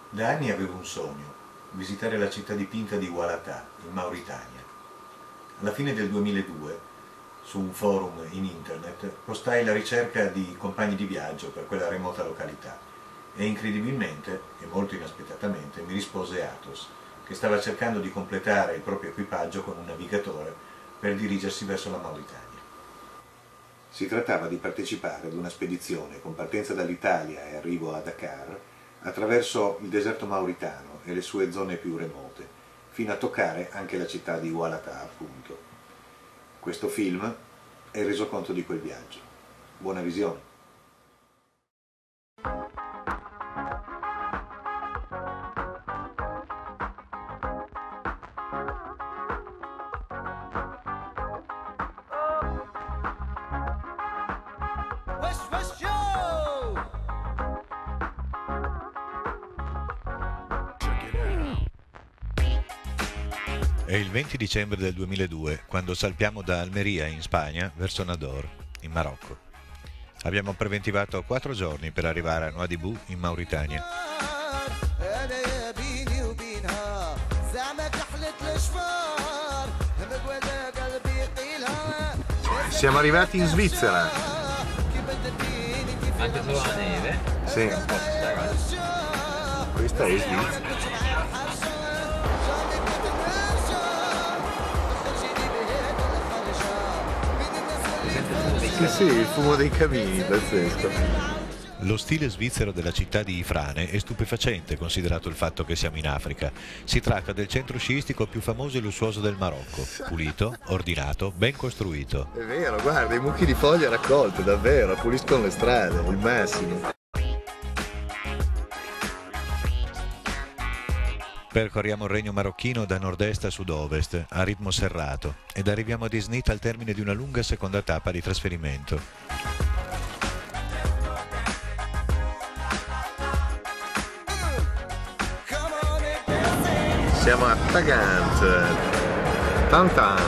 Da anni avevo un sogno, visitare la città dipinta di Walatah, in Mauritania. Alla fine del 2002, su un forum in internet, postai la ricerca di compagni di viaggio per quella remota località e incredibilmente, e molto inaspettatamente, mi rispose Athos, che stava cercando di completare il proprio equipaggio con un navigatore per dirigersi verso la Mauritania. Si trattava di partecipare ad una spedizione con partenza dall'Italia e arrivo a Dakar attraverso il deserto mauritano e le sue zone più remote, fino a toccare anche la città di Walatah, appunto. Questo film è il resoconto di quel viaggio. Buona visione! È il 20 dicembre del 2002 quando salpiamo da Almeria in Spagna verso Nador, in Marocco. Abbiamo preventivato 4 giorni per arrivare a Nouadhibou in Mauritania. Siamo arrivati in Svizzera. Anche solo la neve? Sì. Questa è Svizzera. Sì, il fumo dei camini, pazzesco. Lo stile svizzero della città di Ifrane è stupefacente considerato il fatto che siamo in Africa. Si tratta del centro sciistico più famoso e lussuoso del Marocco, pulito, ordinato, ben costruito. È vero, guarda, i mucchi di foglie raccolte, davvero, puliscono le strade, il massimo. Percorriamo il regno marocchino da nord-est a sud-ovest, a ritmo serrato, ed arriviamo ad Isnit al termine di una lunga seconda tappa di trasferimento. Siamo a Tagant. Tantan.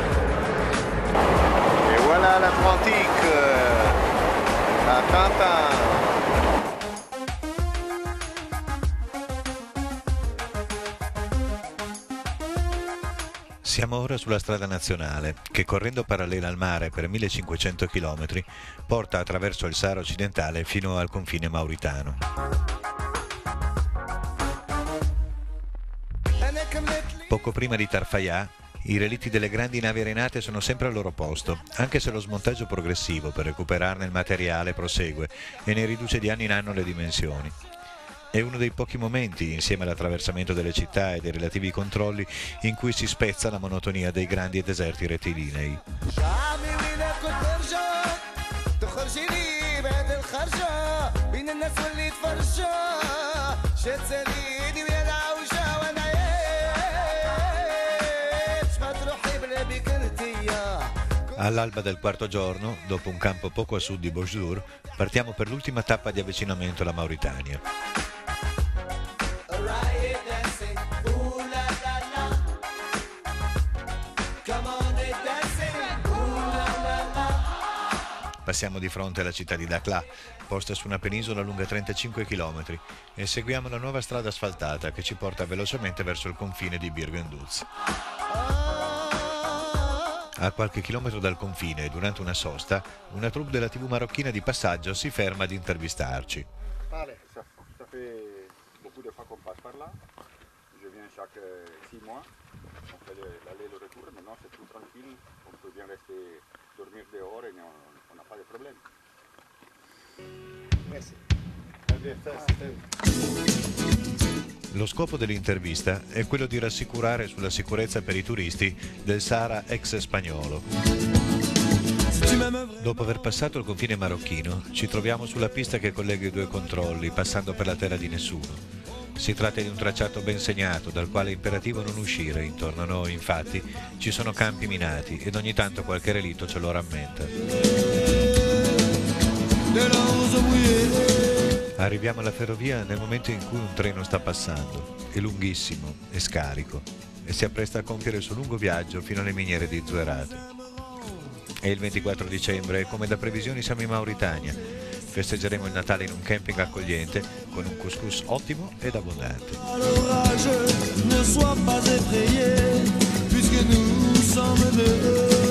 E voilà l'Atlantique. A Tantan. Siamo ora sulla strada nazionale, che correndo parallela al mare per 1500 km porta attraverso il Sahara occidentale fino al confine mauritano. Poco prima di Tarfaya, i relitti delle grandi navi arenate sono sempre al loro posto, anche se lo smontaggio progressivo per recuperarne il materiale prosegue e ne riduce di anno in anno le dimensioni. È uno dei pochi momenti, insieme all'attraversamento delle città e dei relativi controlli, in cui si spezza la monotonia dei grandi deserti rettilinei. All'alba del quarto giorno, dopo un campo poco a sud di Bosdur, partiamo per l'ultima tappa di avvicinamento alla Mauritania. Passiamo di fronte alla città di Dakhla, posta su una penisola lunga 35 km, e seguiamo la nuova strada asfaltata che ci porta velocemente verso il confine di Bir Genduz. A qualche chilometro dal confine, durante una sosta, una troupe della TV marocchina di passaggio si ferma ad intervistarci. Ça fait beaucoup de fois qu'on passe par là. Je viens chaque 6 mois. On fait l'aller et le retour. Maintenant, c'est tout tranquille. On peut bien rester dormir dehors et on n'a pas de problème. Merci. Lo scopo dell'intervista è quello di rassicurare sulla sicurezza per i turisti del Sahara ex spagnolo. Dopo aver passato il confine marocchino, ci troviamo sulla pista che collega i due controlli, passando per la terra di nessuno. Si tratta di un tracciato ben segnato, dal quale è imperativo non uscire. Intorno a noi, infatti, ci sono campi minati ed ogni tanto qualche relitto ce lo rammenta. Arriviamo alla ferrovia nel momento in cui un treno sta passando. È lunghissimo, è scarico e si appresta a compiere il suo lungo viaggio fino alle miniere di Zuerate. È il 24 dicembre e come da previsioni siamo in Mauritania. Festeggeremo il Natale in un camping accogliente con un couscous ottimo ed abbondante. L'orage ne soit pas effrayé, puisque nous sommes deux.